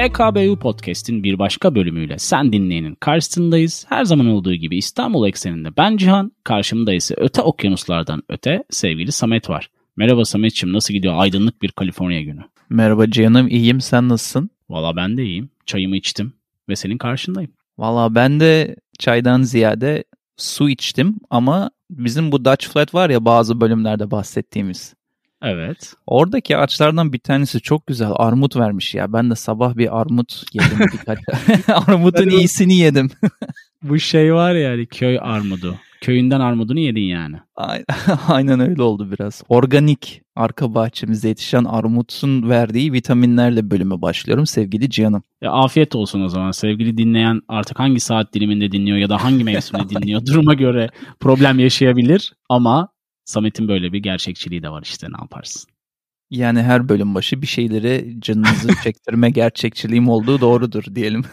PKBU Podcast'in bir başka bölümüyle sen dinleyenin karşısındayız. Her zaman olduğu gibi İstanbul ekseninde ben Cihan, karşımda ise öte okyanuslardan öte sevgili Samet var. Merhaba Samet'ciğim, nasıl gidiyor aydınlık bir Kaliforniya günü? Merhaba Cihan'ım, iyiyim, sen nasılsın? Valla ben de iyiyim, çayımı içtim ve senin karşındayım. Valla ben de çaydan ziyade su içtim ama bizim bu Dutch Flat var ya bazı bölümlerde bahsettiğimiz. Evet. Oradaki ağaçlardan bir tanesi çok güzel armut vermiş ya. Ben de sabah bir armut yedim birkaç. Armutun iyisini yedim. Bu şey var ya hani köy armudu. Köyünden armudunu yedin yani. Aynen öyle oldu biraz. Organik arka bahçemizde yetişen armutun verdiği vitaminlerle bölüme başlıyorum sevgili Cihan'ım. Afiyet olsun o zaman sevgili dinleyen, artık hangi saat diliminde dinliyor ya da hangi mevsimde dinliyor duruma göre problem yaşayabilir ama Samet'in böyle bir gerçekçiliği de var işte, ne yaparsın. Yani her bölüm başı bir şeyleri canınızı çektirme gerçekçiliğim olduğu doğrudur diyelim.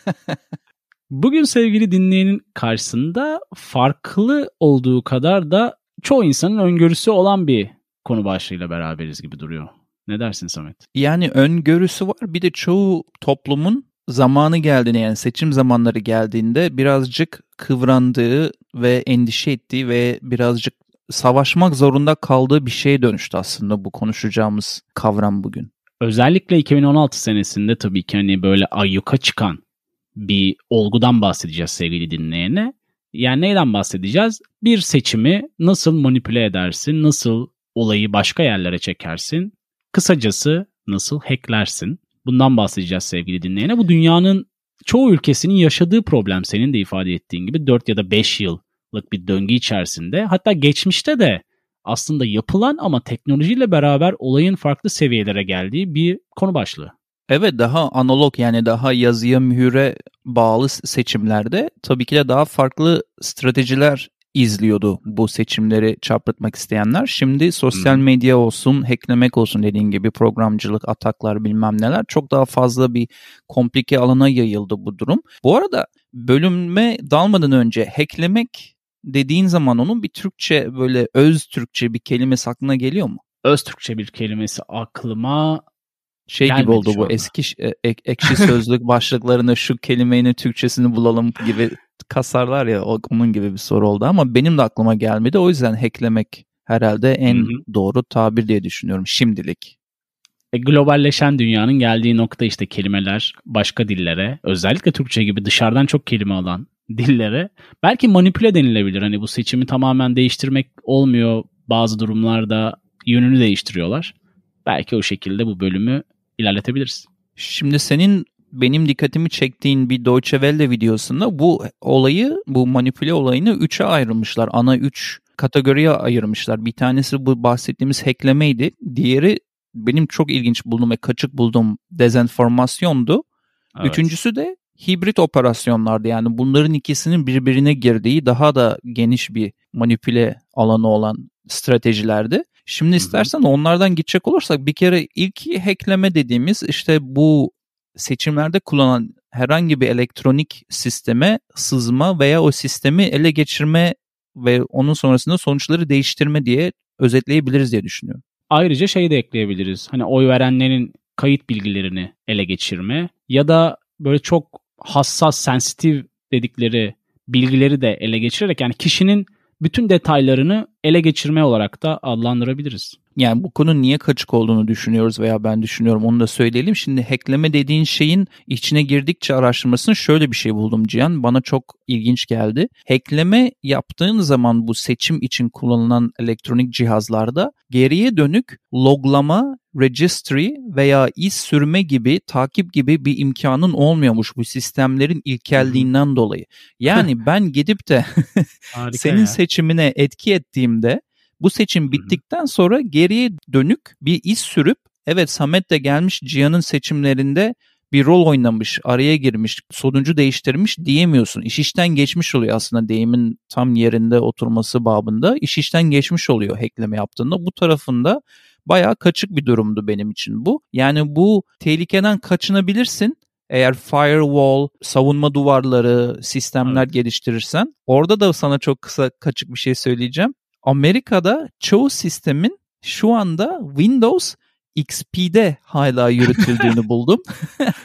Bugün sevgili dinleyenin karşısında farklı olduğu kadar da çoğu insanın öngörüsü olan bir konu başlığıyla beraberiz gibi duruyor. Ne dersin Samet? Yani öngörüsü var, bir de çoğu toplumun zamanı geldiğinde, yani seçim zamanları geldiğinde birazcık kıvrandığı ve endişe ettiği ve birazcık savaşmak zorunda kaldığı bir şeye dönüştü aslında bu konuşacağımız kavram bugün. Özellikle 2016 senesinde tabii ki hani böyle ayyuka çıkan bir olgudan bahsedeceğiz sevgili dinleyene. Yani neyden bahsedeceğiz? Bir seçimi nasıl manipüle edersin, nasıl olayı başka yerlere çekersin, kısacası nasıl hacklersin? Bundan bahsedeceğiz sevgili dinleyene. Bu dünyanın çoğu ülkesinin yaşadığı problem, senin de ifade ettiğin gibi 4 ya da 5 yıllık bir döngü içerisinde. Hatta geçmişte de aslında yapılan ama teknolojiyle beraber olayın farklı seviyelere geldiği bir konu başlığı. Evet, daha analog, yani daha yazıya mühüre bağlı seçimlerde tabii ki de daha farklı stratejiler izliyordu bu seçimleri çarpıtmak isteyenler. Şimdi sosyal medya olsun, hacklemek olsun, dediğin gibi programcılık, ataklar, bilmem neler, çok daha fazla bir komplike alana yayıldı bu durum. Bu arada bölüme dalmadan önce hacklemek dediğin zaman onun bir Türkçe, böyle öz Türkçe bir kelimesi aklına geliyor mu? Öz Türkçe bir kelimesi aklıma gibi oldu bu eski ekşi sözlük başlıklarına şu kelimenin Türkçesini bulalım gibi kasarlar ya, onun gibi bir soru oldu ama benim de aklıma gelmedi. O yüzden hacklemek herhalde en doğru tabir diye düşünüyorum şimdilik. Globalleşen dünyanın geldiği nokta işte, kelimeler başka dillere, özellikle Türkçe gibi dışarıdan çok kelime alan dillere belki manipüle denilebilir. Hani bu seçimi tamamen değiştirmek olmuyor, bazı durumlarda yönünü değiştiriyorlar. Belki o şekilde bu bölümü ilerletebiliriz. Şimdi senin benim dikkatimi çektiğin bir Deutsche Welle videosunda bu olayı, bu manipüle olayını 3'e ayrılmışlar. Ana 3 kategoriye ayırmışlar. Bir tanesi bu bahsettiğimiz hacklemeydi. Diğeri benim çok ilginç bulduğum ve kaçık bulduğum dezenformasyondu. Evet. Üçüncüsü de hibrit operasyonlardı. Yani bunların ikisinin birbirine girdiği daha da geniş bir manipüle alanı olan stratejilerdi. Şimdi istersen onlardan gidecek olursak, bir kere ilk hackleme dediğimiz işte bu seçimlerde kullanılan herhangi bir elektronik sisteme sızma veya o sistemi ele geçirme ve onun sonrasında sonuçları değiştirme diye özetleyebiliriz diye düşünüyorum. Ayrıca şey de ekleyebiliriz. Hani oy verenlerin kayıt bilgilerini ele geçirme ya da böyle çok hassas, sensitif dedikleri bilgileri de ele geçirerek, yani kişinin bütün detaylarını ele geçirme olarak da adlandırabiliriz. Yani bu konu niye kaçık olduğunu düşünüyoruz veya ben düşünüyorum, onu da söyleyelim. Şimdi hackleme dediğin şeyin içine girdikçe araştırmasını şöyle bir şey buldum Cihan. Bana çok ilginç geldi. Hackleme yaptığın zaman bu seçim için kullanılan elektronik cihazlarda geriye dönük loglama, registry veya iz sürme gibi, takip gibi bir imkanın olmuyormuş bu sistemlerin ilkelliğinden dolayı. Yani ben gidip de senin seçimine etki ettiğimde bu seçim bittikten sonra geriye dönük bir iz sürüp, evet Samet de gelmiş Cihan'ın seçimlerinde bir rol oynamış, araya girmiş, sonucu değiştirmiş diyemiyorsun. İş işten geçmiş oluyor aslında, deyimin tam yerinde oturması babında. İş işten geçmiş oluyor hackleme yaptığında. Bu tarafında bayağı kaçık bir durumdu benim için bu. Yani bu tehlikeden kaçınabilirsin eğer firewall, savunma duvarları, sistemler geliştirirsen. Orada da sana çok kısa kaçık bir şey söyleyeceğim. Amerika'da çoğu sistemin şu anda Windows XP'de hala yürütüldüğünü buldum.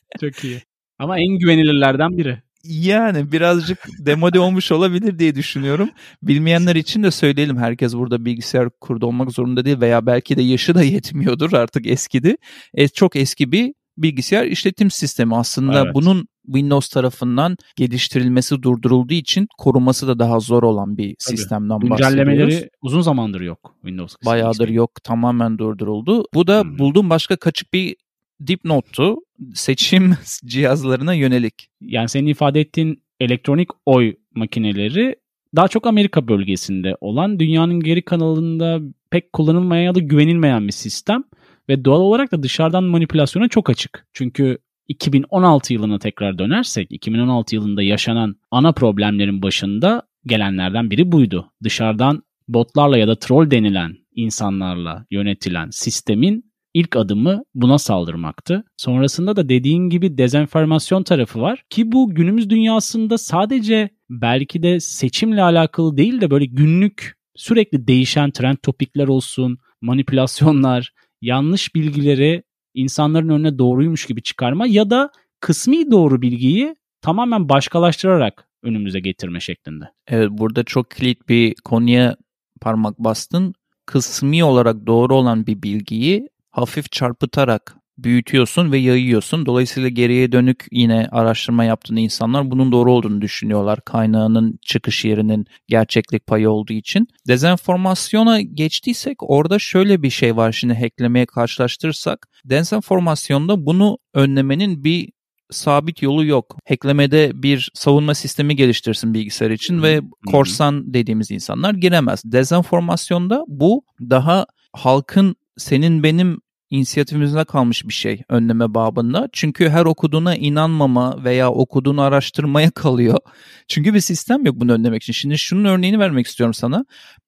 Çok iyi. Ama en güvenilirlerden biri. Yani birazcık demode olmuş olabilir diye düşünüyorum. Bilmeyenler için de söyleyelim. Herkes burada bilgisayar kurdu olmak zorunda değil veya belki de yaşı da yetmiyordur, artık eskidi. Çok eski bir bilgisayar işletim sistemi. Aslında Evet. bunun Windows tarafından geliştirilmesi durdurulduğu için koruması da daha zor olan bir sistemden bahsediyoruz. Güncellemeleri uzun zamandır yok Windows. Bayağıdır yok, tamamen durduruldu. Bu da bulduğum başka kaçık bir dipnottu seçim cihazlarına yönelik. Yani senin ifade ettiğin elektronik oy makineleri daha çok Amerika bölgesinde olan, dünyanın geri kalanında pek kullanılmayan ya da güvenilmeyen bir sistem ve doğal olarak da dışarıdan manipülasyona çok açık. Çünkü 2016 yılına tekrar dönersek, 2016 yılında yaşanan ana problemlerin başında gelenlerden biri buydu. Dışarıdan botlarla ya da troll denilen insanlarla yönetilen sistemin İlk adımı buna saldırmaktı. Sonrasında da dediğin gibi dezenformasyon tarafı var ki bu günümüz dünyasında sadece belki de seçimle alakalı değil de böyle günlük sürekli değişen trend topikler olsun, manipülasyonlar, yanlış bilgileri insanların önüne doğruymuş gibi çıkarma ya da kısmi doğru bilgiyi tamamen başkalaştırarak önümüze getirme şeklinde. Evet, burada çok kilit bir konuya parmak bastın. Kısmi olarak doğru olan bir bilgiyi hafif çarpıtarak büyütüyorsun ve yayıyorsun. Dolayısıyla geriye dönük yine araştırma yaptığın insanlar bunun doğru olduğunu düşünüyorlar. Kaynağının çıkış yerinin gerçeklik payı olduğu için. Dezenformasyona geçtiysek orada şöyle bir şey var, şimdi hacklemeye karşılaştırırsak. Dezenformasyonda bunu önlemenin bir sabit yolu yok. Hacklemede bir savunma sistemi geliştirsin bilgisayar için ve korsan dediğimiz insanlar giremez. Dezenformasyonda bu daha halkın, senin benim inisiyatifimizde kalmış bir şey önleme babında. Çünkü her okuduğuna inanmama veya okuduğunu araştırmaya kalıyor. Çünkü bir sistem yok bunu önlemek için. Şimdi şunun örneğini vermek istiyorum sana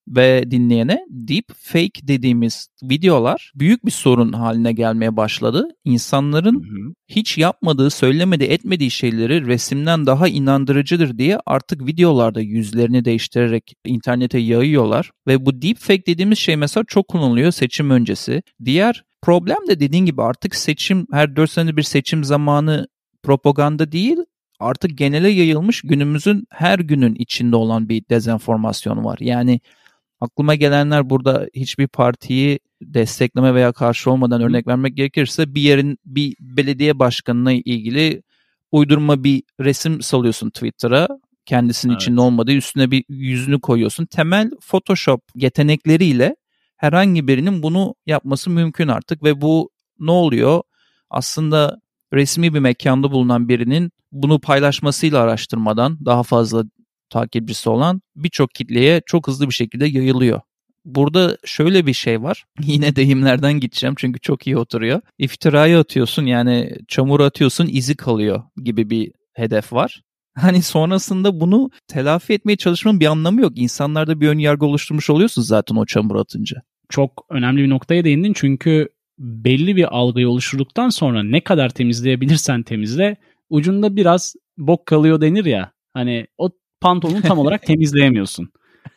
ve dinleyene. Deep fake dediğimiz videolar büyük bir sorun haline gelmeye başladı. İnsanların hiç yapmadığı, söylemediği, etmediği şeyleri resimden daha inandırıcıdır diye artık videolarda yüzlerini değiştirerek internete yayıyorlar. Ve bu deep fake dediğimiz şey mesela çok kullanılıyor seçim öncesi. Diğer problem de dediğin gibi artık seçim, her 4 senede bir seçim zamanı propaganda değil, artık genele yayılmış günümüzün her günün içinde olan bir dezenformasyon var. Yani aklıma gelenler, burada hiçbir partiyi destekleme veya karşı olmadan örnek vermek gerekirse, bir yerin bir belediye başkanına ilgili uydurma bir resim salıyorsun Twitter'a. Kendisinin içinde olmadığı, üstüne bir yüzünü koyuyorsun. Temel Photoshop yetenekleriyle herhangi birinin bunu yapması mümkün artık ve bu ne oluyor? Aslında resmi bir mekanda bulunan birinin bunu paylaşmasıyla araştırmadan daha fazla takipçisi olan birçok kitleye çok hızlı bir şekilde yayılıyor. Burada şöyle bir şey var. Yine deyimlerden gideceğim çünkü çok iyi oturuyor. İftirayı atıyorsun, yani çamur atıyorsun, izi kalıyor gibi bir hedef var. Hani sonrasında bunu telafi etmeye çalışmanın bir anlamı yok. İnsanlarda bir ön yargı oluşturmuş oluyorsun zaten o çamur atınca. Çok önemli bir noktaya değindin çünkü belli bir algıyı oluşturduktan sonra ne kadar temizleyebilirsen temizle, ucunda biraz bok kalıyor denir ya. Hani o pantolonu tam olarak temizleyemiyorsun.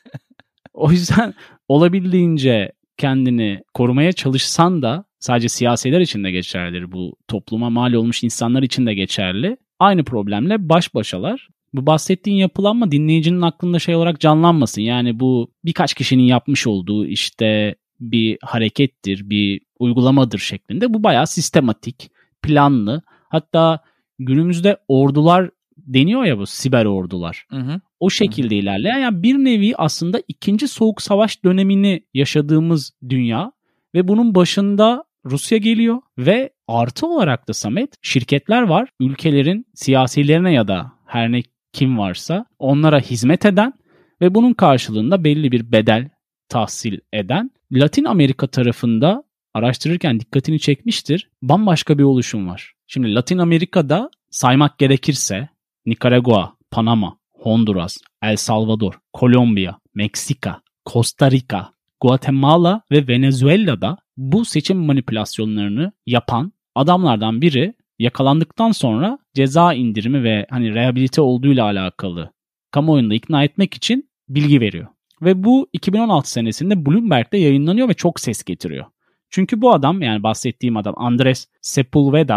O yüzden olabildiğince kendini korumaya çalışsan da, sadece siyasiler için de geçerlidir bu, topluma mal olmuş insanlar için de geçerli. Aynı problemle baş başalar. Bu bahsettiğin yapılanma dinleyicinin aklında şey olarak canlanmasın. Yani bu birkaç kişinin yapmış olduğu işte bir harekettir, bir uygulamadır şeklinde. Bu bayağı sistematik, planlı. Hatta günümüzde ordular deniyor ya, bu siber ordular. O şekilde ilerleyen, yani bir nevi aslında 2. Soğuk Savaş dönemini yaşadığımız dünya ve bunun başında Rusya geliyor ve artı olarak da Samet, şirketler var. Ülkelerin siyasilerine ya da her ne kim varsa onlara hizmet eden ve bunun karşılığında belli bir bedel tahsil eden. Latin Amerika tarafında araştırırken dikkatini çekmiştir. Bambaşka bir oluşum var. Şimdi Latin Amerika'da saymak gerekirse Nikaragua, Panama, Honduras, El Salvador, Kolombiya, Meksika, Costa Rica, Guatemala ve Venezuela'da bu seçim manipülasyonlarını yapan adamlardan biri yakalandıktan sonra ceza indirimi ve hani rehabilite olduğuyla alakalı kamuoyunda ikna etmek için bilgi veriyor. Ve bu 2016 senesinde Bloomberg'de yayınlanıyor ve çok ses getiriyor. Çünkü bu adam, yani bahsettiğim adam Andres Sepulveda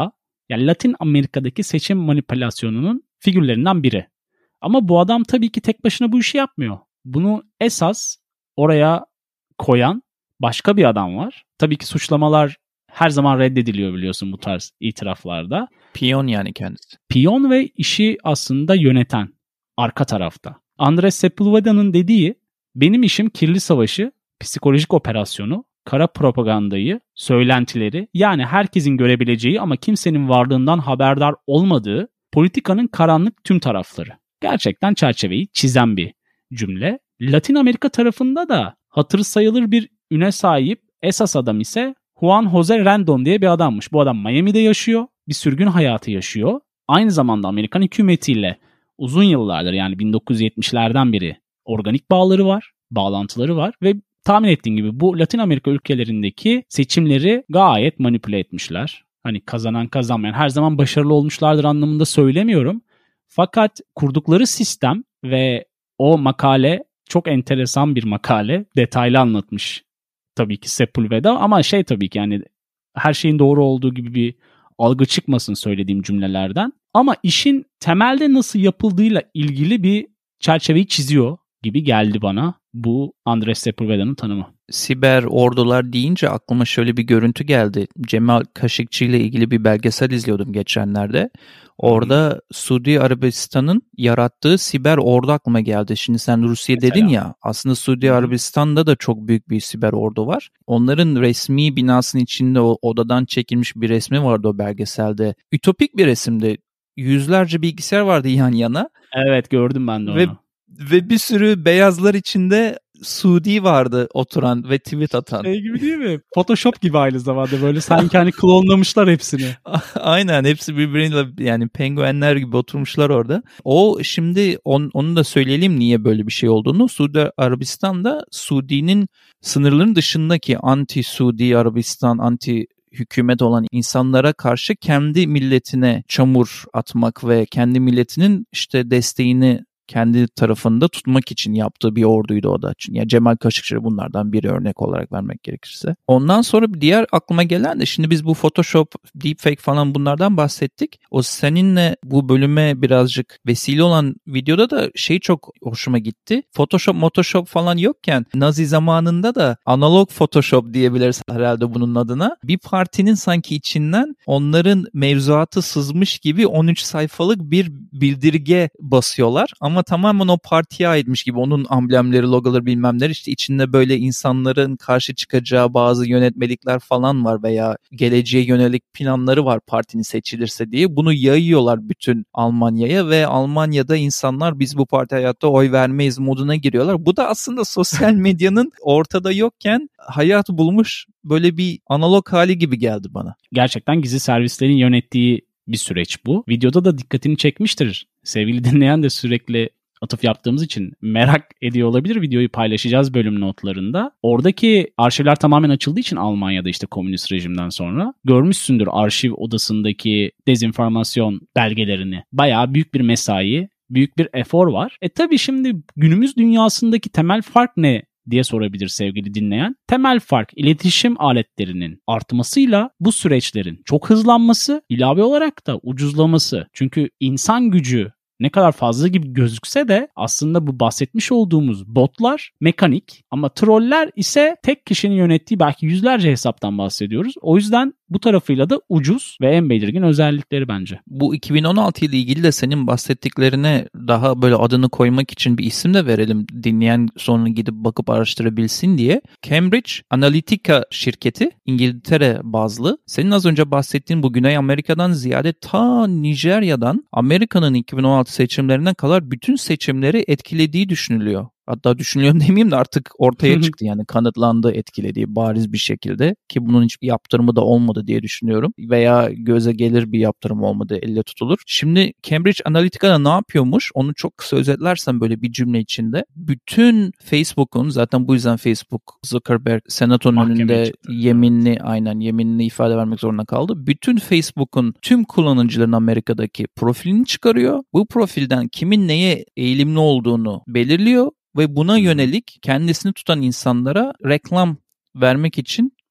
Yani Latin Amerika'daki seçim manipülasyonunun figürlerinden biri. Ama bu adam tabii ki tek başına bu işi yapmıyor. Bunu esas oraya koyan başka bir adam var. Tabii ki suçlamalar her zaman reddediliyor biliyorsun bu tarz itiraflarda. Piyon yani kendisi. Piyon ve işi aslında yöneten arka tarafta. Andres Sepulveda'nın dediği, benim işim kirli savaşı, psikolojik operasyonu, kara propagandayı, söylentileri, yani herkesin görebileceği ama kimsenin varlığından haberdar olmadığı politikanın karanlık tüm tarafları. Gerçekten çerçeveyi çizen bir cümle. Latin Amerika tarafında da hatırı sayılır bir üne sahip esas adam ise Juan José Rendon diye bir adammış. Bu adam Miami'de yaşıyor, bir sürgün hayatı yaşıyor. Aynı zamanda Amerikan hükümetiyle uzun yıllardır, yani 1970'lerden beri organik bağları var, bağlantıları var ve tahmin ettiğin gibi bu Latin Amerika ülkelerindeki seçimleri gayet manipüle etmişler. Hani kazanan kazanmayan her zaman başarılı olmuşlardır anlamında söylemiyorum. Fakat kurdukları sistem ve o makale çok enteresan bir makale. Detaylı anlatmış tabii ki Sepulveda ama tabii ki yani her şeyin doğru olduğu gibi bir algı çıkmasın söylediğim cümlelerden. Ama işin temelde nasıl yapıldığıyla ilgili bir çerçeveyi çiziyor gibi geldi bana bu Andres Sepulveda'nın tanımı. Siber ordular deyince aklıma şöyle bir görüntü geldi. Cemal Kaşıkçı ile ilgili bir belgesel izliyordum geçenlerde. Orada Suudi Arabistan'ın yarattığı siber ordu aklıma geldi. Şimdi sen Rusya dedin ya, aslında Suudi Arabistan'da da çok büyük bir siber ordu var. Onların resmi binasının içinde o odadan çekilmiş bir resmi vardı o belgeselde. Ütopik bir resimdi. Yüzlerce bilgisayar vardı yan yana. Evet, gördüm ben de onu. Ve bir sürü beyazlar içinde Suudi vardı oturan ve tweet atan. Gibi değil mi? Photoshop gibi aynı zamanda, böyle sanki hani klonlamışlar hepsini. Aynen, hepsi birbiriyle yani penguenler gibi oturmuşlar orada. O şimdi onu da söyleyelim niye böyle bir şey olduğunu. Suudi Arabistan'da Suudi'nin sınırlarının dışındaki anti-Suudi Arabistan, anti hükümet olan insanlara karşı kendi milletine çamur atmak ve kendi milletinin işte desteğini kendi tarafında tutmak için yaptığı bir orduydu o da. Yani Cemal Kaşıkçı bunlardan biri, örnek olarak vermek gerekirse. Ondan sonra bir diğer aklıma gelen de, şimdi biz bu Photoshop, deepfake falan bunlardan bahsettik. O seninle bu bölüme birazcık vesile olan videoda da çok hoşuma gitti. Photoshop falan yokken Nazi zamanında da analog Photoshop diyebiliriz herhalde bunun adına. Bir partinin sanki içinden onların mevzuatı sızmış gibi 13 sayfalık bir bildirge basıyorlar. Ama tamamen o partiye aitmiş gibi, onun amblemleri, logoları bilmemler, işte içinde böyle insanların karşı çıkacağı bazı yönetmelikler falan var veya geleceğe yönelik planları var partinin seçilirse diye. Bunu yayıyorlar bütün Almanya'ya ve Almanya'da insanlar biz bu parti hayatta oy vermeyiz moduna giriyorlar. Bu da aslında sosyal medyanın ortada yokken hayat bulmuş böyle bir analog hali gibi geldi bana. Gerçekten gizli servislerin yönettiği bir süreç bu. Videoda da dikkatini çekmiştir. Sevgili dinleyen de sürekli atıf yaptığımız için merak ediyor olabilir. Videoyu paylaşacağız bölüm notlarında. Oradaki arşivler tamamen açıldığı için Almanya'da işte komünist rejimden sonra görmüşsündür arşiv odasındaki dezenformasyon belgelerini. Bayağı büyük bir mesai, büyük bir efor var. Tabii şimdi günümüz dünyasındaki temel fark ne diye sorabilir sevgili dinleyen. Temel fark iletişim aletlerinin artmasıyla bu süreçlerin çok hızlanması, ilave olarak da ucuzlaması. Çünkü insan gücü ne kadar fazla gibi gözükse de aslında bu bahsetmiş olduğumuz botlar mekanik, ama troller ise tek kişinin yönettiği belki yüzlerce hesaptan bahsediyoruz. O yüzden bu tarafıyla da ucuz ve en belirgin özellikleri bence. Bu 2016 ile ilgili de senin bahsettiklerine daha böyle adını koymak için bir isim de verelim. Dinleyen sonra gidip bakıp araştırabilsin diye. Cambridge Analytica şirketi, İngiltere bazlı. Senin az önce bahsettiğin bu Güney Amerika'dan ziyade ta Nijerya'dan Amerika'nın 2016 seçimlerine kadar bütün seçimleri etkilediği düşünülüyor. Hatta düşünüyorum demeyeyim de artık ortaya çıktı, yani kanıtlandı etkilediği bariz bir şekilde, ki bunun hiçbir yaptırımı da olmadı diye düşünüyorum veya göze gelir bir yaptırım olmadı, elle tutulur. Şimdi Cambridge Analytica'da ne yapıyormuş, onu çok kısa özetlersem böyle bir cümle içinde, bütün Facebook'un, zaten bu yüzden Facebook Zuckerberg senatonun önünde yeminli ifade vermek zorunda kaldı. Bütün Facebook'un tüm kullanıcıların Amerika'daki profilini çıkarıyor. Bu profilden kimin neye eğilimli olduğunu belirliyor ve buna yönelik kendisini tutan insanlara reklam vermek için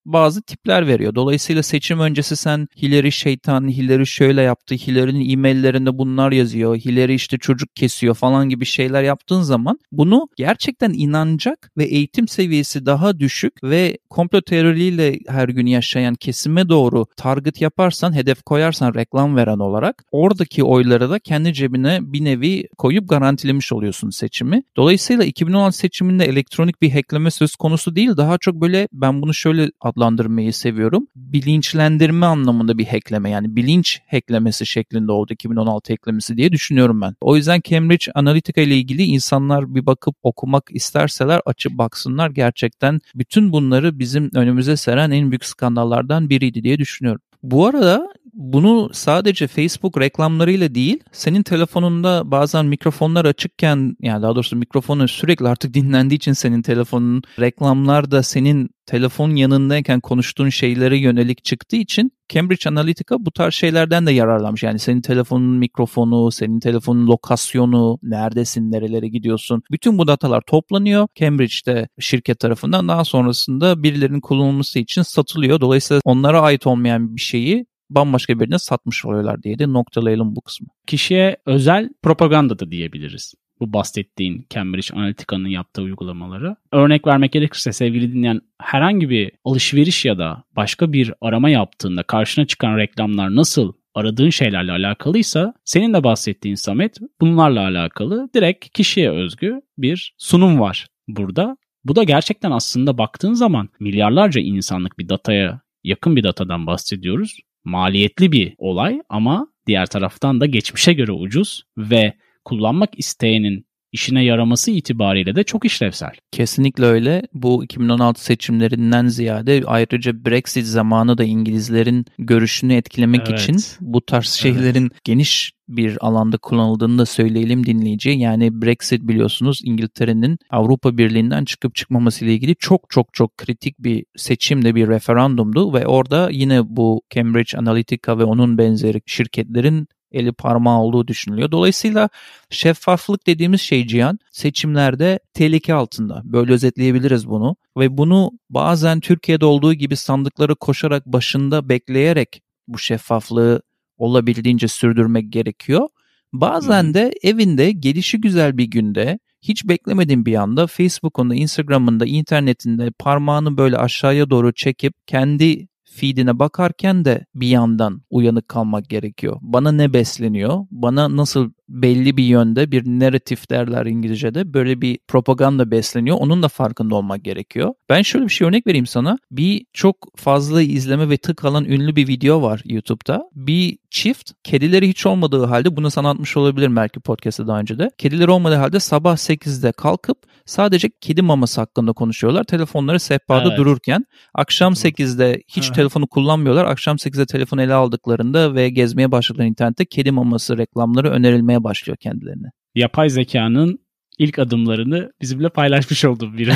bazı tipler veriyor. Dolayısıyla seçim öncesi sen Hillary şeytan, Hillary şöyle yaptı, Hillary'nin e-maillerinde bunlar yazıyor, Hillary işte çocuk kesiyor falan gibi şeyler yaptığın zaman bunu gerçekten inanacak ve eğitim seviyesi daha düşük ve komplo teoriyle her gün yaşayan kesime doğru target yaparsan, hedef koyarsan reklam veren olarak oradaki oyları da kendi cebine bir nevi koyup garantilemiş oluyorsun seçimi. Dolayısıyla 2016 seçiminde elektronik bir hackleme söz konusu değil, daha çok böyle ben bunu şöyle adlandırmayı seviyorum. Bilinçlendirme anlamında bir hackleme, yani bilinç hacklemesi şeklinde oldu 2016 hacklemesi diye düşünüyorum ben. O yüzden Cambridge Analytica ile ilgili insanlar bir bakıp okumak isterseler açıp baksınlar. Gerçekten bütün bunları bizim önümüze seren en büyük skandallardan biriydi diye düşünüyorum. Bu arada bunu sadece Facebook reklamlarıyla değil, senin telefonunda bazen mikrofonlar açıkken, yani daha doğrusu mikrofonun sürekli artık dinlendiği için senin telefonun, reklamlar da senin telefon yanındayken konuştuğun şeylere yönelik çıktığı için Cambridge Analytica bu tarz şeylerden de yararlanmış. Yani senin telefonun mikrofonu, senin telefonun lokasyonu, neredesin, nerelere gidiyorsun. Bütün bu datalar toplanıyor. Cambridge'de şirket tarafından daha sonrasında birilerinin kullanılması için satılıyor. Dolayısıyla onlara ait olmayan bir şeyi bambaşka birine satmış oluyorlar diye de noktalayalım bu kısmı. Kişiye özel propaganda da diyebiliriz. Bu bahsettiğin Cambridge Analytica'nın yaptığı uygulamaları. Örnek vermek gerekirse sevgili dinleyen, herhangi bir alışveriş ya da başka bir arama yaptığında karşına çıkan reklamlar nasıl aradığın şeylerle alakalıysa, senin de bahsettiğin Samet, bunlarla alakalı direkt kişiye özgü bir sunum var burada. Bu da gerçekten aslında baktığın zaman milyarlarca insanlık bir dataya yakın bir datadan bahsediyoruz. Maliyetli bir olay ama diğer taraftan da geçmişe göre ucuz ve kullanmak isteyenin işine yaraması itibariyle de çok işlevsel. Kesinlikle öyle. Bu 2016 seçimlerinden ziyade ayrıca Brexit zamanı da İngilizlerin görüşünü etkilemek için bu tarz şeylerin geniş bir alanda kullanıldığını da söyleyelim dinleyiciye. Yani Brexit biliyorsunuz İngiltere'nin Avrupa Birliği'nden çıkıp çıkmaması ile ilgili çok kritik bir seçimde, bir referandumdu ve orada yine bu Cambridge Analytica ve onun benzeri şirketlerin eli parmağı olduğu düşünülüyor. Dolayısıyla şeffaflık dediğimiz şey Cihan, seçimlerde tehlike altında. Böyle özetleyebiliriz bunu. Ve bunu bazen Türkiye'de olduğu gibi sandıkları koşarak başında bekleyerek bu şeffaflığı olabildiğince sürdürmek gerekiyor. Bazen de evinde gelişigüzel bir günde hiç beklemediğin bir anda Facebook'unda, Instagram'ında, internetinde parmağını böyle aşağıya doğru çekip kendi feedine bakarken de bir yandan uyanık kalmak gerekiyor. Bana ne besleniyor? Bana nasıl belli bir yönde bir narratif derler İngilizce'de, böyle bir propaganda besleniyor. Onun da farkında olmak gerekiyor. Ben şöyle bir şey örnek vereyim sana. Bir çok fazla izleme ve tık alan ünlü bir video var YouTube'da. Bir çift kedileri hiç olmadığı halde, bunu sana anlatmış olabilirim belki podcast'ta daha önce de. Kedileri olmadığı halde sabah 8'de kalkıp sadece kedi maması hakkında konuşuyorlar. Telefonları sehpada dururken akşam 8'de hiç telefonu kullanmıyorlar. Akşam 8'de telefonu ele aldıklarında ve gezmeye başladıklarında internette kedi maması reklamları önerilmeye başlıyor kendilerine. Yapay zekanın ilk adımlarını bizimle paylaşmış oldu bir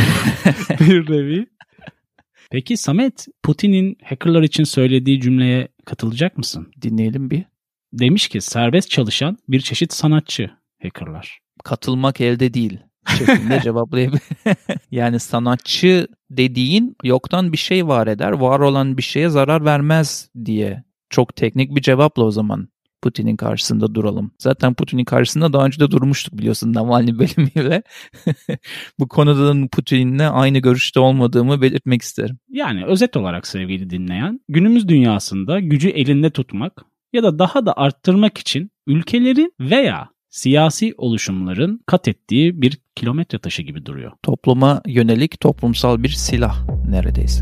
nevi. Peki Samet, Putin'in hackerlar için söylediği cümleye katılacak mısın? Dinleyelim bir. Demiş ki serbest çalışan bir çeşit sanatçı hackerlar. Katılmak elde değil şeklinde cevaplayabilir. Yani sanatçı dediğin yoktan bir şey var eder, var olan bir şeye zarar vermez diye çok teknik bir cevapla o zaman Putin'in karşısında duralım. Zaten Putin'in karşısında daha önce de durmuştuk biliyorsun Navalny bölümüyle. Bu konuda Putin'le aynı görüşte olmadığımı belirtmek isterim. Yani özet olarak sevgili dinleyen, günümüz dünyasında gücü elinde tutmak ya da daha da arttırmak için ülkelerin veya siyasi oluşumların kat ettiği bir kilometre taşı gibi duruyor. Topluma yönelik toplumsal bir silah neredeyse.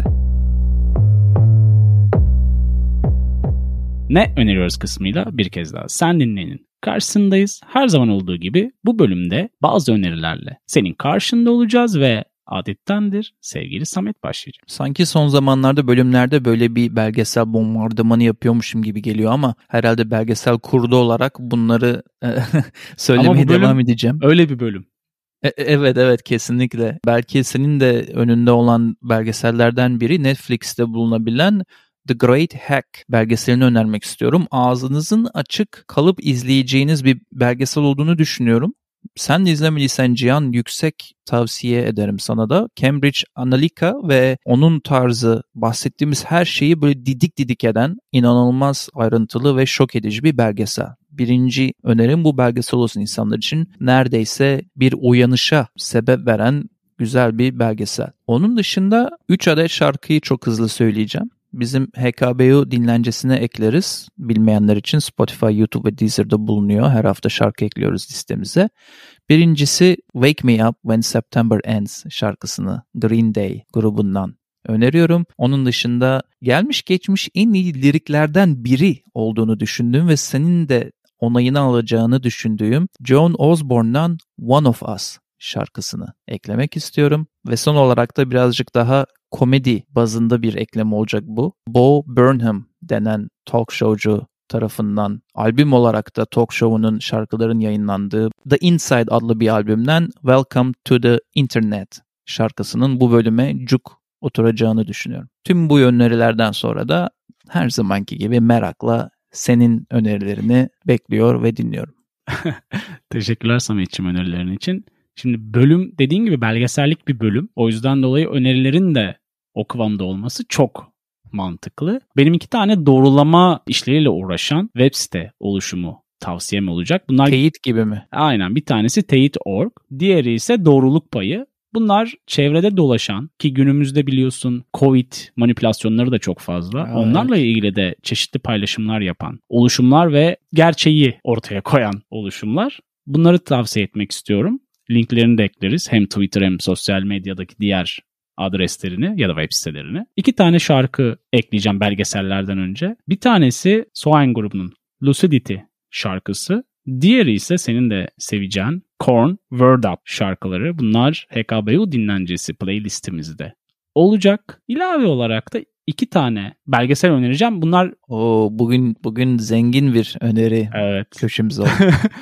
Ne öneriyoruz kısmıyla bir kez daha sen dinleyenin karşısındayız. Her zaman olduğu gibi bu bölümde bazı önerilerle senin karşında olacağız ve adettendir sevgili Samet başlayacak. Sanki son zamanlarda bölümlerde böyle bir belgesel bombardımanı yapıyormuşum gibi geliyor ama herhalde belgesel kurdu olarak bunları söylemeye devam edeceğim. Öyle bir bölüm. Evet kesinlikle. Belki senin de önünde olan belgesellerden biri Netflix'te bulunabilen The Great Hack belgeselini önermek istiyorum. Ağzınızın açık kalıp izleyeceğiniz bir belgesel olduğunu düşünüyorum. Sen de izlemediysen Cihan, yüksek tavsiye ederim sana da. Cambridge Analytica ve onun tarzı bahsettiğimiz her şeyi böyle didik didik eden inanılmaz ayrıntılı ve şok edici bir belgesel. Birinci önerim bu belgesel olsun insanlar için. Neredeyse bir uyanışa sebep veren güzel bir belgesel. Onun dışında 3 adet şarkıyı çok hızlı söyleyeceğim. Bizim HKBU dinlencesine ekleriz. Bilmeyenler için Spotify, YouTube ve Deezer'da bulunuyor. Her hafta şarkı ekliyoruz listemize. Birincisi Wake Me Up When September Ends şarkısını Green Day grubundan öneriyorum. Onun dışında gelmiş geçmiş en iyi liriklerden biri olduğunu düşündüğüm ve senin de onayını alacağını düşündüğüm Joan Osborne'dan One of Us şarkısını eklemek istiyorum. Ve son olarak da birazcık daha komedi bazında bir ekleme olacak bu. Bo Burnham denen talk showcu tarafından albüm olarak da talk show'unun şarkıların yayınlandığı The Inside adlı bir albümden Welcome to the Internet şarkısının bu bölüme cuk oturacağını düşünüyorum. Tüm bu önerilerden sonra da her zamanki gibi merakla senin önerilerini bekliyor ve dinliyorum. Teşekkürler Samet'ciğim önerilerin için. Şimdi bölüm dediğin gibi belgesellik bir bölüm. O yüzden dolayı önerilerin de o kıvamda olması çok mantıklı. Benim 2 tane doğrulama işleriyle uğraşan web site oluşumu tavsiyem olacak. Bunlar Teyit gibi mi? Aynen, bir tanesi teyit.org, diğeri ise doğruluk payı. Bunlar çevrede dolaşan, ki günümüzde biliyorsun Covid manipülasyonları da çok fazla. Evet. Onlarla ilgili de çeşitli paylaşımlar yapan oluşumlar ve gerçeği ortaya koyan oluşumlar. Bunları tavsiye etmek istiyorum. Linklerini de ekleriz. Hem Twitter hem sosyal medyadaki diğer adreslerini ya da web sitelerini. 2 tane şarkı ekleyeceğim belgesellerden önce. Bir tanesi Soen grubunun Lucidity şarkısı. Diğeri ise senin de seveceğin Korn, Word Up şarkıları. Bunlar HKBU dinlencesi playlistimizde olacak. İlave olarak da 2 tane belgesel önereceğim. Bunlar bugün zengin bir öneri köşemiz oldu.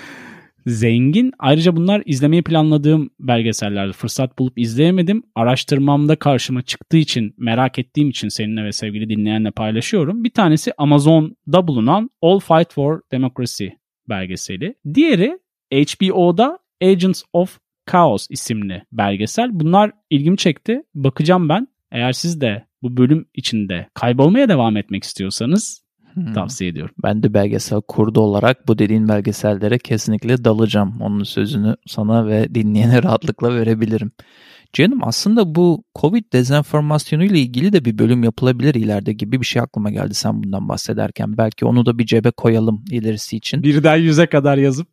Zengin. Ayrıca bunlar izlemeyi planladığım belgesellerdi. Fırsat bulup izleyemedim. Araştırmamda karşıma çıktığı için, merak ettiğim için seninle ve sevgili dinleyenle paylaşıyorum. Bir tanesi Amazon'da bulunan All Fight for Democracy belgeseli. Diğeri HBO'da Agents of Chaos isimli belgesel. Bunlar ilgimi çekti. Bakacağım ben. Eğer siz de bu bölüm içinde kaybolmaya devam etmek istiyorsanız tavsiye ediyorum. Ben de belgesel kurdu olarak bu dediğin belgesellere kesinlikle dalacağım. Onun sözünü sana ve dinleyene rahatlıkla verebilirim. Canım, aslında bu Covid dezenformasyonu ile ilgili de bir bölüm yapılabilir ileride gibi bir şey aklıma geldi sen bundan bahsederken. Belki onu da bir cebe koyalım ilerisi için. 1'den 100'e kadar yazıp.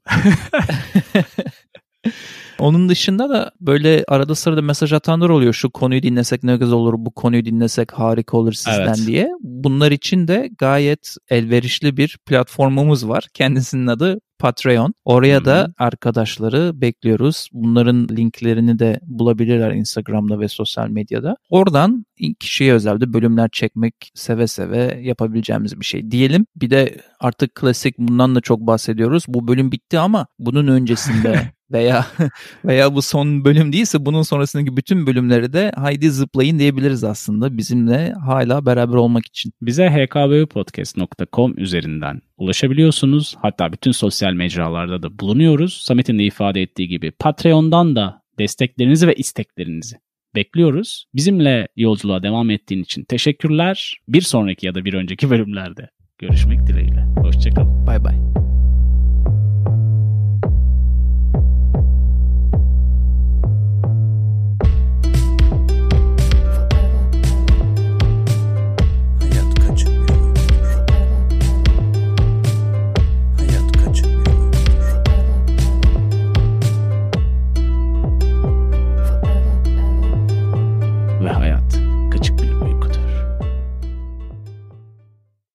Onun dışında da böyle arada sırada mesaj atanlar oluyor. Şu konuyu dinlesek ne güzel olur, bu konuyu dinlesek harika olur sizden diye. Bunlar için de gayet elverişli bir platformumuz var. Kendisinin adı Patreon. Oraya da arkadaşları bekliyoruz. Bunların linklerini de bulabilirler Instagram'da ve sosyal medyada. Oradan kişiye özel de bölümler çekmek seve seve yapabileceğimiz bir şey diyelim. Bir de artık klasik, bundan da çok bahsediyoruz. Bu bölüm bitti ama bunun öncesinde veya bu son bölüm değilse bunun sonrasındaki bütün bölümleri de haydi zıplayın diyebiliriz aslında bizimle hala beraber olmak için. Bize hkbupodcast.com üzerinden ulaşabiliyorsunuz. Hatta bütün sosyal mecralarda da bulunuyoruz. Samet'in de ifade ettiği gibi Patreon'dan da desteklerinizi ve isteklerinizi bekliyoruz. Bizimle yolculuğa devam ettiğin için teşekkürler. Bir sonraki ya da bir önceki bölümlerde görüşmek dileğiyle. Hoşçakalın. Bay bay.